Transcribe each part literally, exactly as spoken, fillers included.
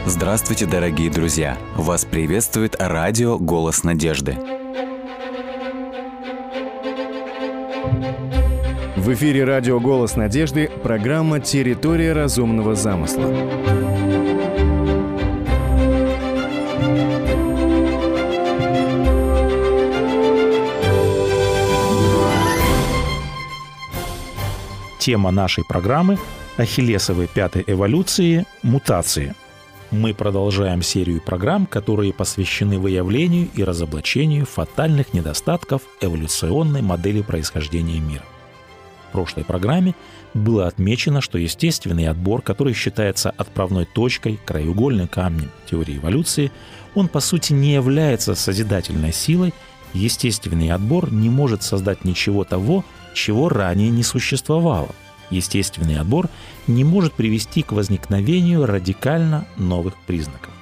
Здравствуйте, дорогие друзья! Вас приветствует радио «Голос надежды». В эфире радио «Голос надежды» программа «Территория разумного замысла». Тема нашей программы – ахиллесовой пятой эволюции – мутации. Мы продолжаем серию программ, которые посвящены выявлению и разоблачению фатальных недостатков эволюционной модели происхождения мира. В прошлой программе было отмечено, что естественный отбор, который считается отправной точкой, краеугольным камнем теории эволюции, он по сути не является созидательной силой. Естественный отбор не может создать ничего того, чего ранее не существовало. Естественный отбор не может привести к возникновению радикально новых признаков.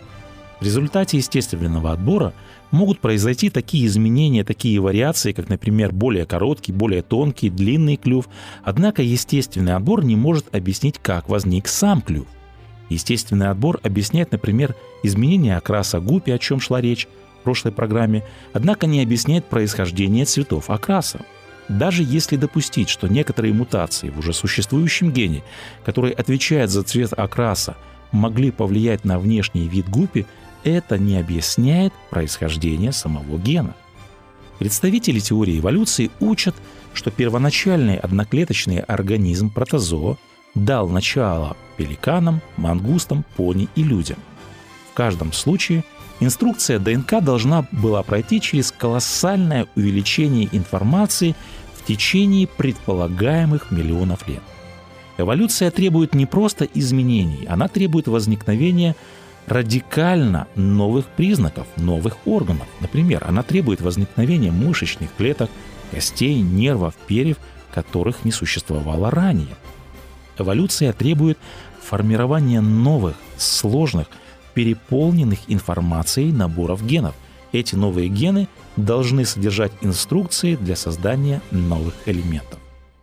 В результате естественного отбора могут произойти такие изменения, такие вариации, как, например, более короткий, более тонкий, длинный клюв. Однако естественный отбор не может объяснить, как возник сам клюв. Естественный отбор объясняет, например, изменение окраса гуппи, о чем шла речь в прошлой программе, однако не объясняет происхождение цветов окраса. Даже если допустить, что некоторые мутации в уже существующем гене, который отвечает за цвет окраса, могли повлиять на внешний вид гуппи, это не объясняет происхождение самого гена. Представители теории эволюции учат, что первоначальный одноклеточный организм протозоа дал начало пеликанам, мангустам, пони и людям. В каждом случае инструкция ДНК должна была пройти через колоссальное увеличение информации в течение предполагаемых миллионов лет. Эволюция требует не просто изменений, она требует возникновения радикально новых признаков, новых органов. Например, она требует возникновения мышечных клеток, костей, нервов, перьев, которых не существовало ранее. Эволюция требует формирования новых, сложных, переполненных информацией наборов генов. Эти новые гены должны содержать инструкции для создания новых элементов.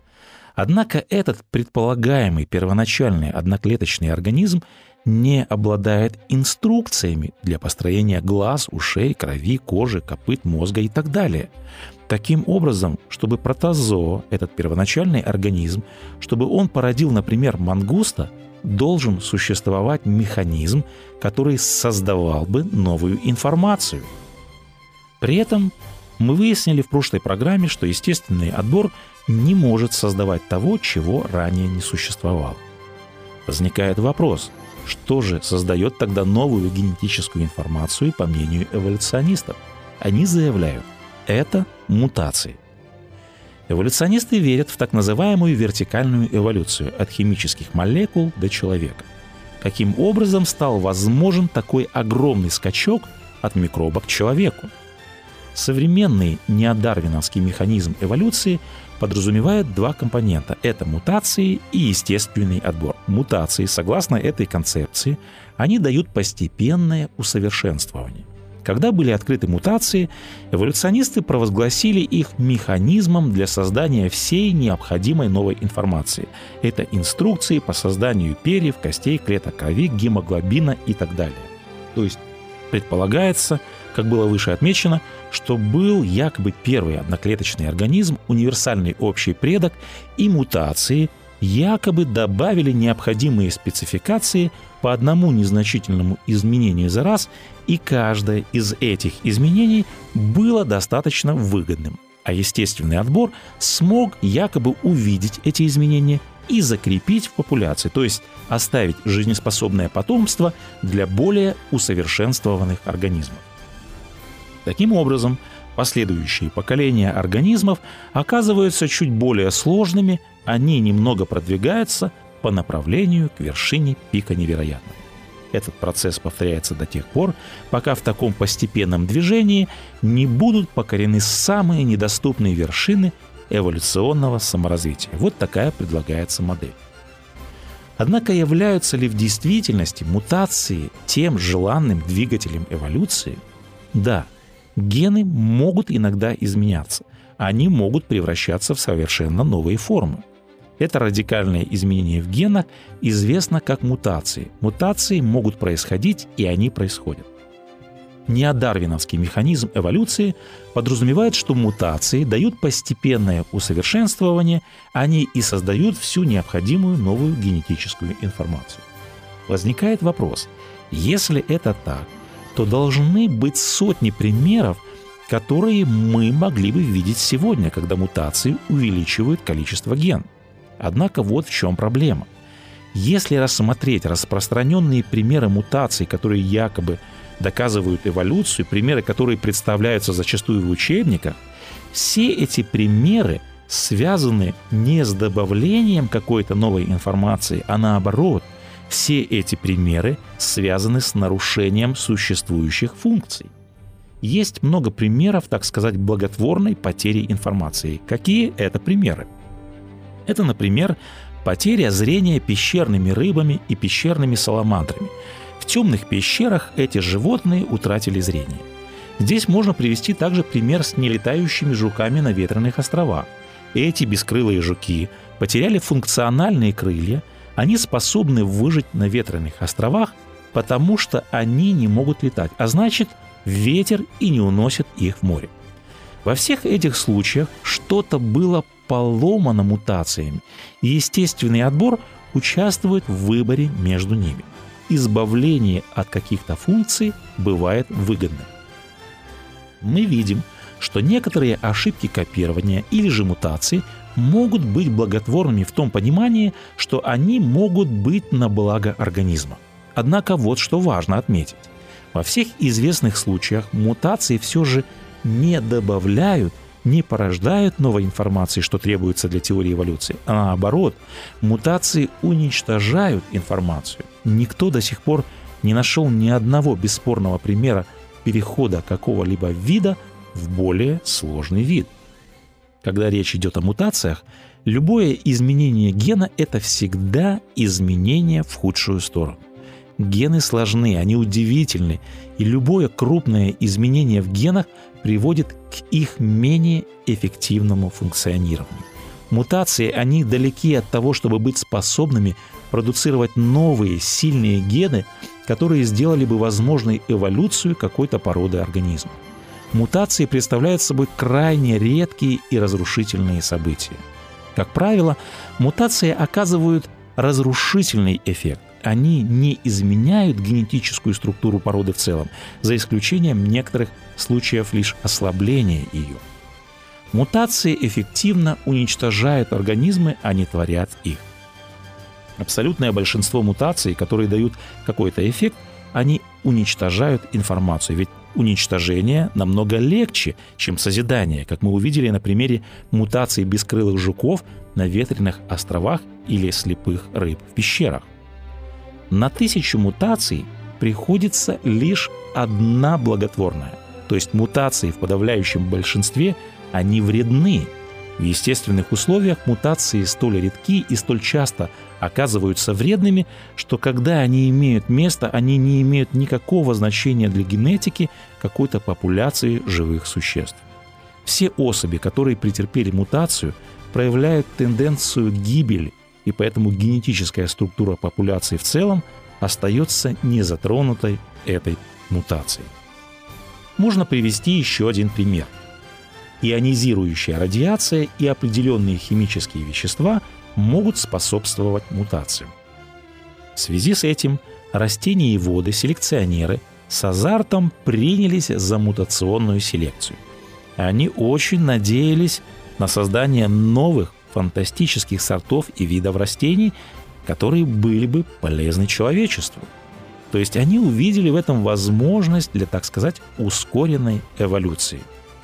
Однако этот предполагаемый первоначальный одноклеточный организм не обладает инструкциями для построения глаз, ушей, крови, кожи, копыт, мозга и так далее. Таким образом, чтобы протозоа, этот первоначальный организм, чтобы он породил, например, мангуста, должен существовать механизм, который создавал бы новую информацию. При этом мы выяснили в прошлой программе, что естественный отбор не может создавать того, чего ранее не существовало. Возникает вопрос, что же создает тогда новую генетическую информацию, по мнению эволюционистов? Они заявляют, это мутации. Эволюционисты верят в так называемую вертикальную эволюцию от химических молекул до человека. Каким образом стал возможен такой огромный скачок от микроба к человеку? Современный неодарвиновский механизм эволюции подразумевает два компонента. Это мутации и естественный отбор. Мутации, согласно этой концепции, они дают постепенное усовершенствование. Когда были открыты мутации, эволюционисты провозгласили их механизмом для создания всей необходимой новой информации. Это инструкции по созданию перьев, костей, клеток крови, гемоглобина и так далее. То есть предполагается, как было выше отмечено, что был якобы первый одноклеточный организм, универсальный общий предок, и мутации якобы добавили необходимые спецификации по одному незначительному изменению за раз, и каждое из этих изменений было достаточно выгодным. А естественный отбор смог якобы увидеть эти изменения и закрепить в популяции, то есть оставить жизнеспособное потомство для более усовершенствованных организмов. Таким образом, последующие поколения организмов оказываются чуть более сложными, они немного продвигаются по направлению к вершине пика невероятного. Этот процесс повторяется до тех пор, пока в таком постепенном движении не будут покорены самые недоступные вершины эволюционного саморазвития. Вот такая предлагается модель. Однако являются ли в действительности мутации тем желанным двигателем эволюции? Да, гены могут иногда изменяться, они могут превращаться в совершенно новые формы. Это радикальное изменение в генах известно как мутации. Мутации могут происходить, и они происходят. Неодарвиновский механизм эволюции подразумевает, что мутации дают постепенное усовершенствование, они и создают всю необходимую новую генетическую информацию. Возникает вопрос: если это так, то должны быть сотни примеров, которые мы могли бы видеть сегодня, когда мутации увеличивают количество генов. Однако вот в чем проблема. Если рассмотреть распространенные примеры мутаций, которые якобы доказывают эволюцию, примеры, которые представляются зачастую в учебниках, все эти примеры связаны не с добавлением какой-то новой информации, а наоборот, все эти примеры связаны с нарушением существующих функций. Есть много примеров, так сказать, благотворной потери информации. Какие это примеры? Это, например, потеря зрения пещерными рыбами и пещерными саламандрами. В темных пещерах эти животные утратили зрение. Здесь можно привести также пример с нелетающими жуками на ветреных островах. Эти бескрылые жуки потеряли функциональные крылья, они способны выжить на ветреных островах, потому что они не могут летать, а значит, ветер и не уносит их в море. Во всех этих случаях что-то было поломано мутациями, и естественный отбор участвует в выборе между ними. Избавление от каких-то функций бывает выгодным. Мы видим, что некоторые ошибки копирования или же мутации могут быть благотворными в том понимании, что они могут быть на благо организма. Однако вот что важно отметить. Во всех известных случаях мутации все же не добавляют, не порождают новой информации, что требуется для теории эволюции, а наоборот, мутации уничтожают информацию. Никто до сих пор не нашел ни одного бесспорного примера перехода какого-либо вида в более сложный вид. Когда речь идет о мутациях, любое изменение гена – это всегда изменение в худшую сторону. Гены сложны, они удивительны, и любое крупное изменение в генах приводит к их менее эффективному функционированию. Мутации, они далеки от того, чтобы быть способными продуцировать новые сильные гены, которые сделали бы возможной эволюцию какой-то породы организма. Мутации представляют собой крайне редкие и разрушительные события. Как правило, мутации оказывают разрушительный эффект. Они не изменяют генетическую структуру породы в целом, за исключением некоторых случаев лишь ослабления ее. Мутации эффективно уничтожают организмы, а не творят их. Абсолютное большинство мутаций, которые дают какой-то эффект, они уничтожают информацию, ведь уничтожение намного легче, чем созидание, как мы увидели на примере мутаций бескрылых жуков на ветреных островах или слепых рыб в пещерах. На тысячу мутаций приходится лишь одна благотворная. То есть мутации в подавляющем большинстве, они вредны. В естественных условиях мутации столь редки и столь часто оказываются вредными, что когда они имеют место, они не имеют никакого значения для генетики какой-то популяции живых существ. Все особи, которые претерпели мутацию, проявляют тенденцию к гибели, и поэтому генетическая структура популяции в целом остается незатронутой этой мутацией. Можно привести еще один пример. Ионизирующая радиация и определенные химические вещества могут способствовать мутациям. В связи с этим растениеводы-селекционеры с азартом принялись за мутационную селекцию. Они очень надеялись на создание новых фантастических сортов и видов растений, которые были бы полезны человечеству. То есть они увидели в этом возможность для, так сказать, ускоренной эволюции.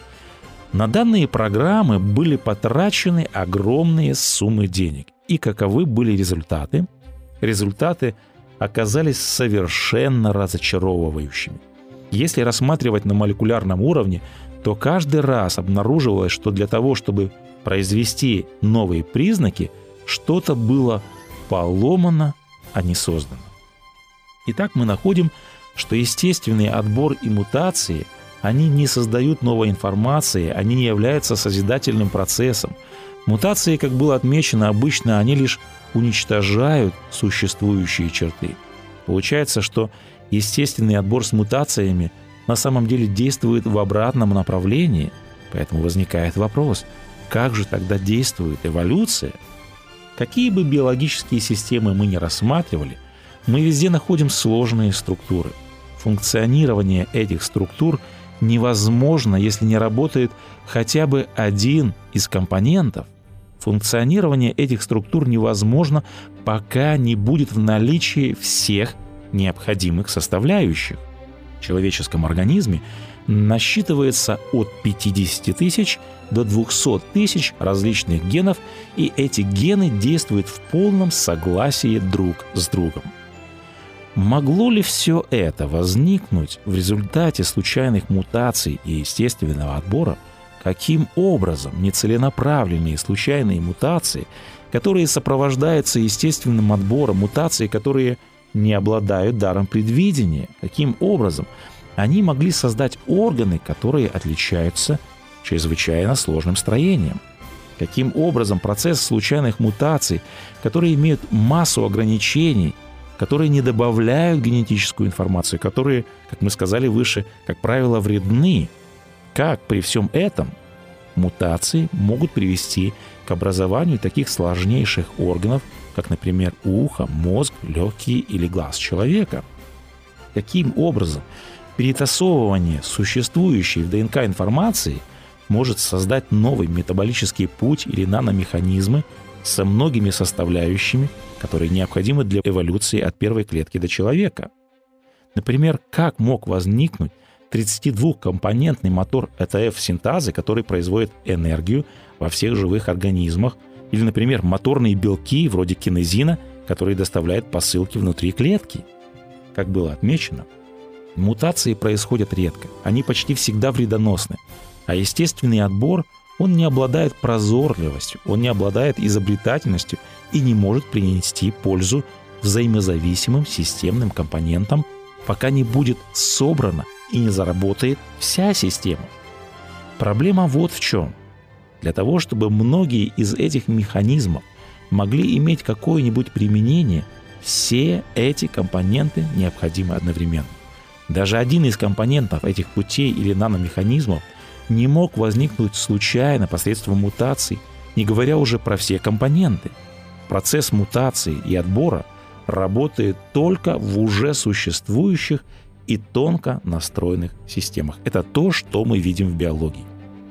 На данные программы были потрачены огромные суммы денег. И каковы были результаты? Результаты оказались совершенно разочаровывающими. Если рассматривать на молекулярном уровне, то каждый раз обнаруживалось, что для того, чтобы произвести новые признаки, что-то было поломано, а не создано. Итак, мы находим, что естественный отбор и мутации, они не создают новой информации, они не являются созидательным процессом. Мутации, как было отмечено, обычно они лишь уничтожают существующие черты. Получается, что естественный отбор с мутациями на самом деле действует в обратном направлении, поэтому возникает вопрос, как же тогда действует эволюция? Какие бы биологические системы мы ни рассматривали, мы везде находим сложные структуры. Функционирование этих структур невозможно, если не работает хотя бы один из компонентов. Функционирование этих структур невозможно, пока не будет в наличии всех необходимых составляющих. В человеческом организме насчитывается от пятидесяти тысяч до двухсот тысяч различных генов, и эти гены действуют в полном согласии друг с другом. Могло ли все это возникнуть в результате случайных мутаций и естественного отбора? Каким образом нецеленаправленные случайные мутации, которые сопровождаются естественным отбором, мутации, которые не обладают даром предвидения, каким образом они могли создать органы, которые отличаются чрезвычайно сложным строением? Каким образом процесс случайных мутаций, которые имеют массу ограничений, которые не добавляют генетическую информацию, которые, как мы сказали выше, как правило, вредны, как при всем этом мутации могут привести к образованию таких сложнейших органов, как, например, ухо, мозг, легкие или глаз человека? Каким образом перетасовывание существующей в ДНК информации может создать новый метаболический путь или наномеханизмы со многими составляющими, которые необходимы для эволюции от первой клетки до человека? Например, как мог возникнуть тридцатидвухкомпонентный мотор э тэ эф-синтазы, который производит энергию во всех живых организмах, или, например, моторные белки вроде кинезина, которые доставляют посылки внутри клетки? Как было отмечено, мутации происходят редко, они почти всегда вредоносны, а естественный отбор, он не обладает прозорливостью, он не обладает изобретательностью и не может принести пользу взаимозависимым системным компонентам, пока не будет собрана и не заработает вся система. Проблема вот в чем. Для того, чтобы многие из этих механизмов могли иметь какое-нибудь применение, все эти компоненты необходимы одновременно. Даже один из компонентов этих путей или наномеханизмов не мог возникнуть случайно посредством мутаций, не говоря уже про все компоненты. Процесс мутации и отбора работает только в уже существующих и тонко настроенных системах. Это то, что мы видим в биологии.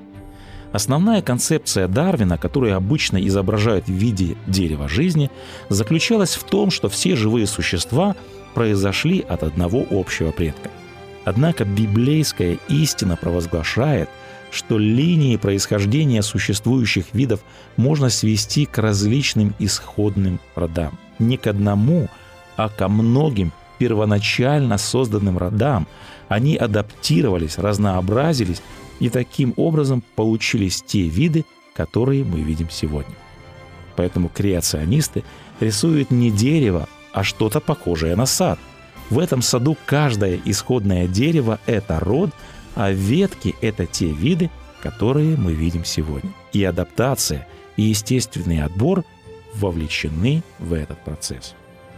Основная концепция Дарвина, которую обычно изображают в виде дерева жизни, заключалась в том, что все живые существа произошли от одного общего предка. Однако библейская истина провозглашает, что линии происхождения существующих видов можно свести к различным исходным родам. Не к одному, а ко многим первоначально созданным родам. Они адаптировались, разнообразились, и таким образом получились те виды, которые мы видим сегодня. Поэтому креационисты рисуют не дерево, а что-то похожее на сад. В этом саду каждое исходное дерево – это род, а ветки – это те виды, которые мы видим сегодня. И адаптация, и естественный отбор вовлечены в этот процесс.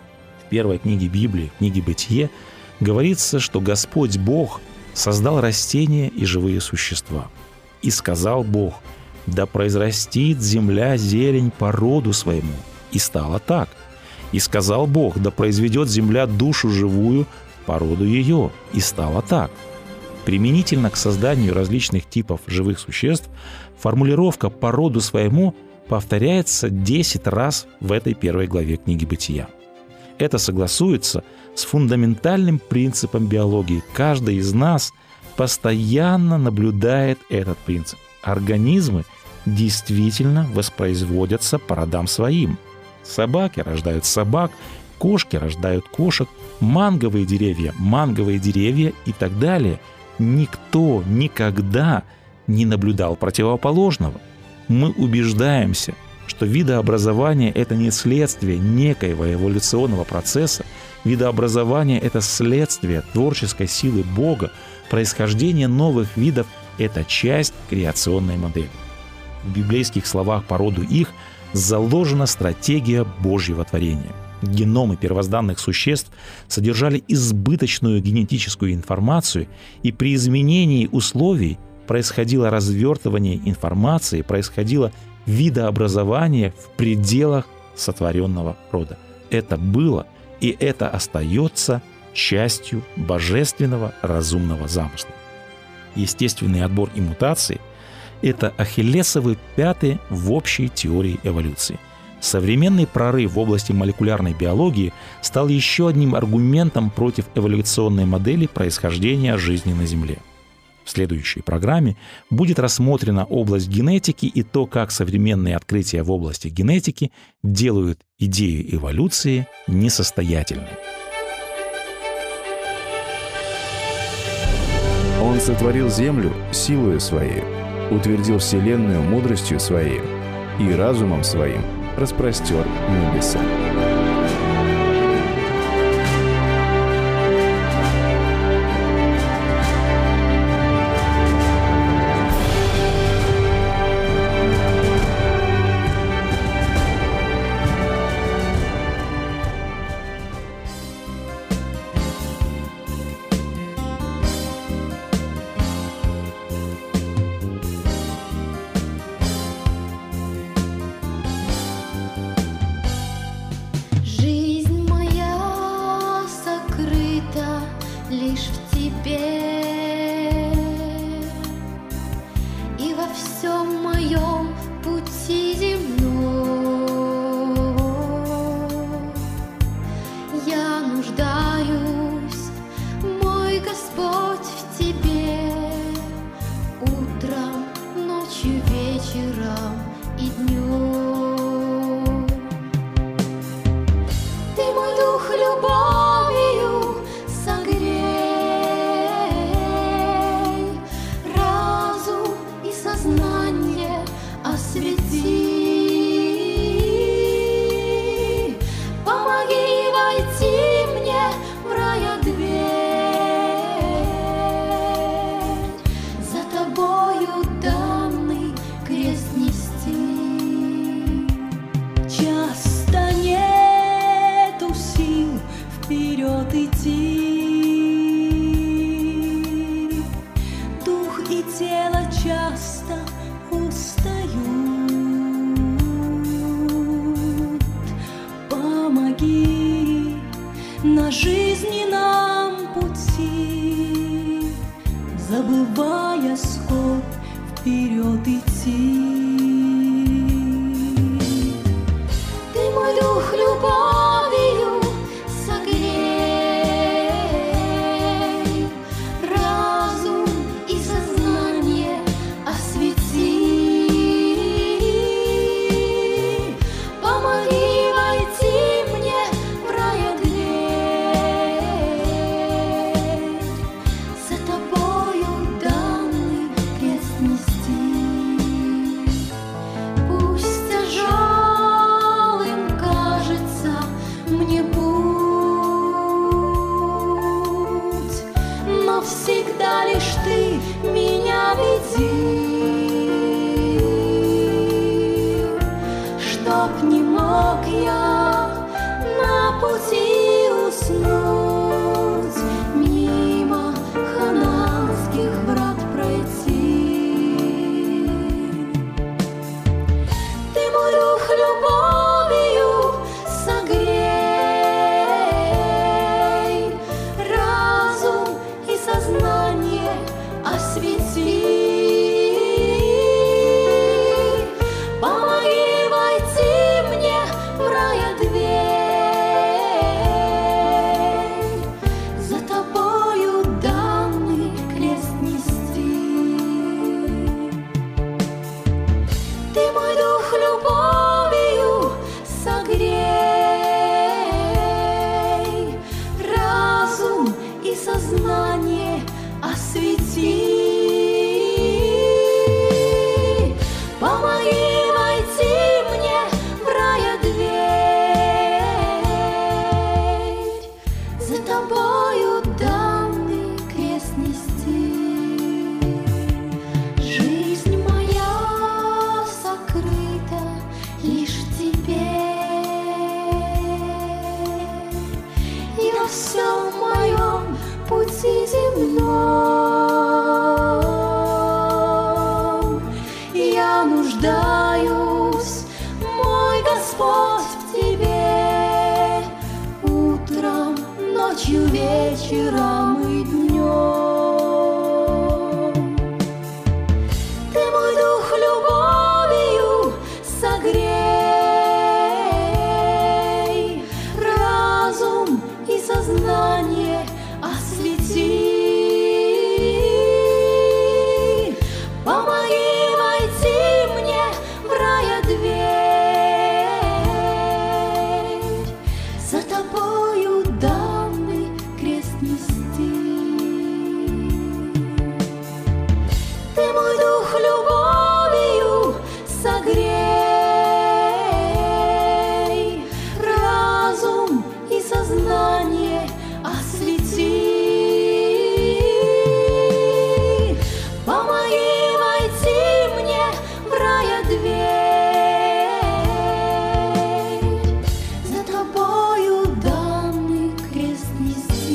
В первой книге Библии, книге «Бытие», говорится, что Господь Бог создал растения и живые существа. «И сказал Бог, да произрастит земля зелень по роду своему. И стало так. И сказал Бог, да произведет земля душу живую по роду ее. И стало так». Применительно к созданию различных типов живых существ формулировка «по роду своему» повторяется десять раз в этой первой главе книги «Бытия». Это согласуется с фундаментальным принципом биологии. Каждый из нас постоянно наблюдает этот принцип. Организмы действительно воспроизводятся по родам своим. Собаки рождают собак, кошки рождают кошек, манговые деревья – манговые деревья и так далее. Никто никогда не наблюдал противоположного. Мы убеждаемся, что видообразование – это не следствие некоего эволюционного процесса, видообразование – это следствие творческой силы Бога, происхождение новых видов – это часть креационной модели. В библейских словах по роду их заложена стратегия Божьего творения. Геномы первозданных существ содержали избыточную генетическую информацию, и при изменении условий происходило развертывание информации, происходило видообразование в пределах сотворенного рода. Это было и это остается частью божественного разумного замысла. Естественный отбор и мутации – это ахиллесовы пяты в общей теории эволюции. Современный прорыв в области молекулярной биологии стал еще одним аргументом против эволюционной модели происхождения жизни на Земле. В следующей программе будет рассмотрена область генетики и то, как современные открытия в области генетики делают идею эволюции несостоятельной. Он сотворил землю силою своей, утвердил вселенную мудростью своей и разумом своим распростер небеса. я нуждаюсь, мой Господь, в Тебе. Утром, ночью, вечером и днем. Ты мой дух любовью согрей, разум и сознание освети. Помоги войти мне в рая дверь, за Тобою данный крест нести. Ты мой дух любовью согрей, разум и сознание освети. Помоги войти мне в рая дверь, за Тобою данный крест нести.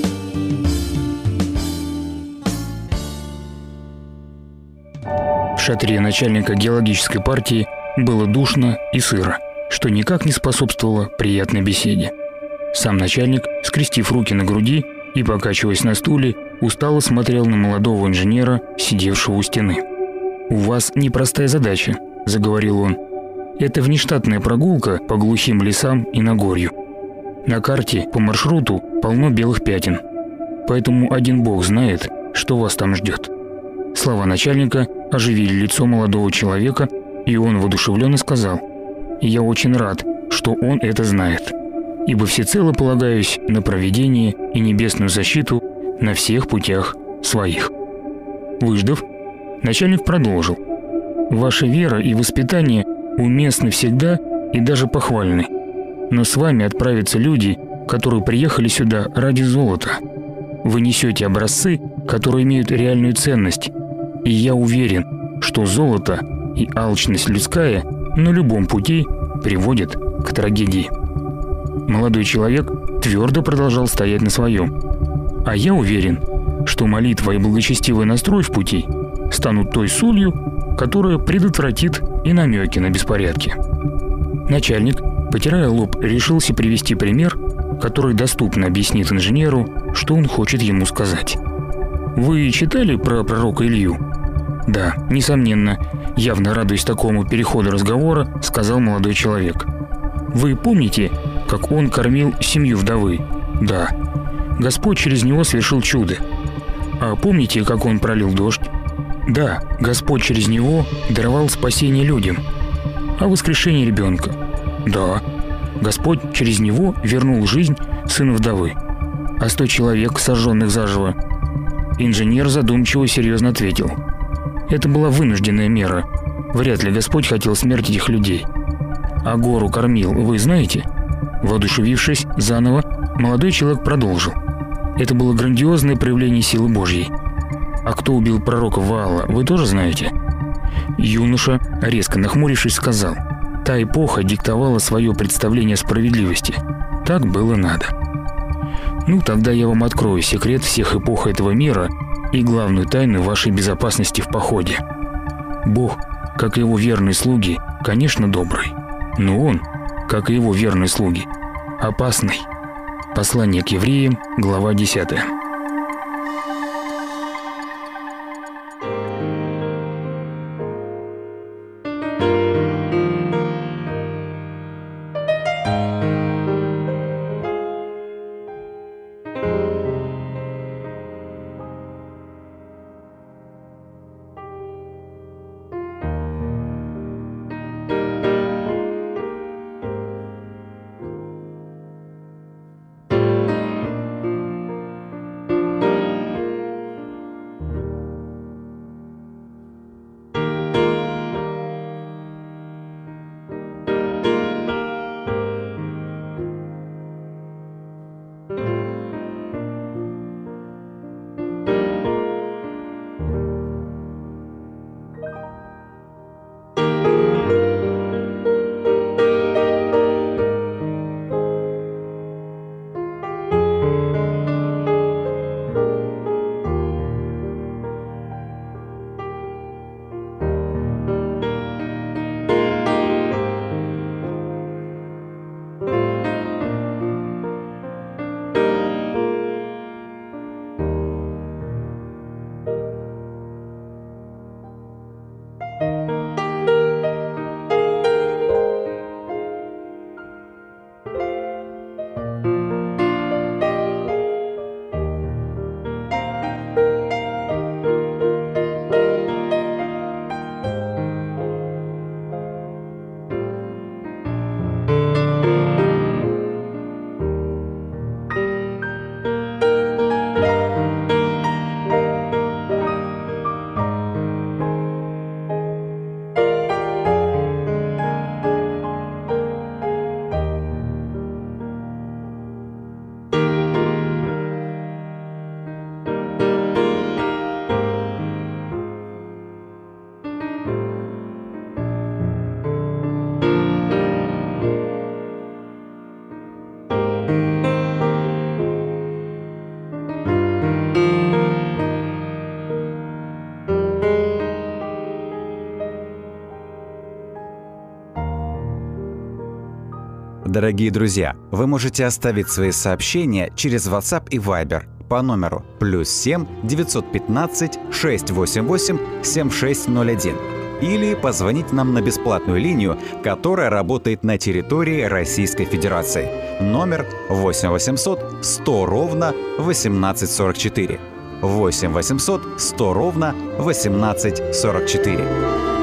В шатре начальника геологической партии было душно и сыро, что никак не способствовало приятной беседе. Сам начальник, скрестив руки на груди и покачиваясь на стуле, устало смотрел на молодого инженера, сидевшего у стены. «У вас непростая задача», – заговорил он. «Это внештатная прогулка по глухим лесам и Нагорью. На карте по маршруту полно белых пятен, поэтому один бог знает, что вас там ждет». Слова начальника оживили лицо молодого человека, и он воодушевленно сказал: «Я очень рад, что он это знает, ибо всецело полагаюсь на провидение и небесную защиту на всех путях своих». Выждав, начальник продолжил: «Ваша вера и воспитание уместны всегда и даже похвальны, но с вами отправятся люди, которые приехали сюда ради золота. Вы несете образцы, которые имеют реальную ценность, и я уверен, что золото и алчность людская на любом пути приводят к трагедии». Молодой человек твердо продолжал стоять на своем. «А я уверен, что молитва и благочестивый настрой в пути станут той солью, которая предотвратит и намеки на беспорядки». Начальник, потирая лоб, решился привести пример, который доступно объяснит инженеру, что он хочет ему сказать. «Вы читали про пророка Илью?» «Да, несомненно», — явно радуясь такому переходу разговора, сказал молодой человек. «Вы помните, как он кормил семью вдовы?» «Да». «Господь через него совершил чудо». «А помните, как он пролил дождь?» «Да, Господь через него даровал спасение людям». «А воскрешение ребенка?» «Да». «Господь через него вернул жизнь сыну вдовы». «А сто человек, сожженных заживо?» Инженер задумчиво и серьезно ответил: «Это была вынужденная мера. Вряд ли Господь хотел смерти этих людей». «А гору кормил, вы знаете?» Воодушевившись заново, молодой человек продолжил: «Это было грандиозное проявление силы Божьей». «А кто убил пророка Ваала, вы тоже знаете?» Юноша, резко нахмурившись, сказал: «Та эпоха диктовала свое представление о справедливости. Так было надо». «Ну, тогда я вам открою секрет всех эпох этого мира и главную тайну вашей безопасности в походе. Бог, как и его верные слуги, конечно, добрый, но он, как и его верные слуги, опасный». Послание к евреям, глава десятая. Дорогие друзья, вы можете оставить свои сообщения через WhatsApp и Viber по номеру плюс семь девятьсот пятнадцать шестьсот восемьдесят восемь семьдесят шесть ноль один или позвонить нам на бесплатную линию, которая работает на территории Российской Федерации. Номер восемь восемьсот сто ровно восемнадцать сорок четыре. восемь восемьсот сто ровно восемнадцать сорок четыре.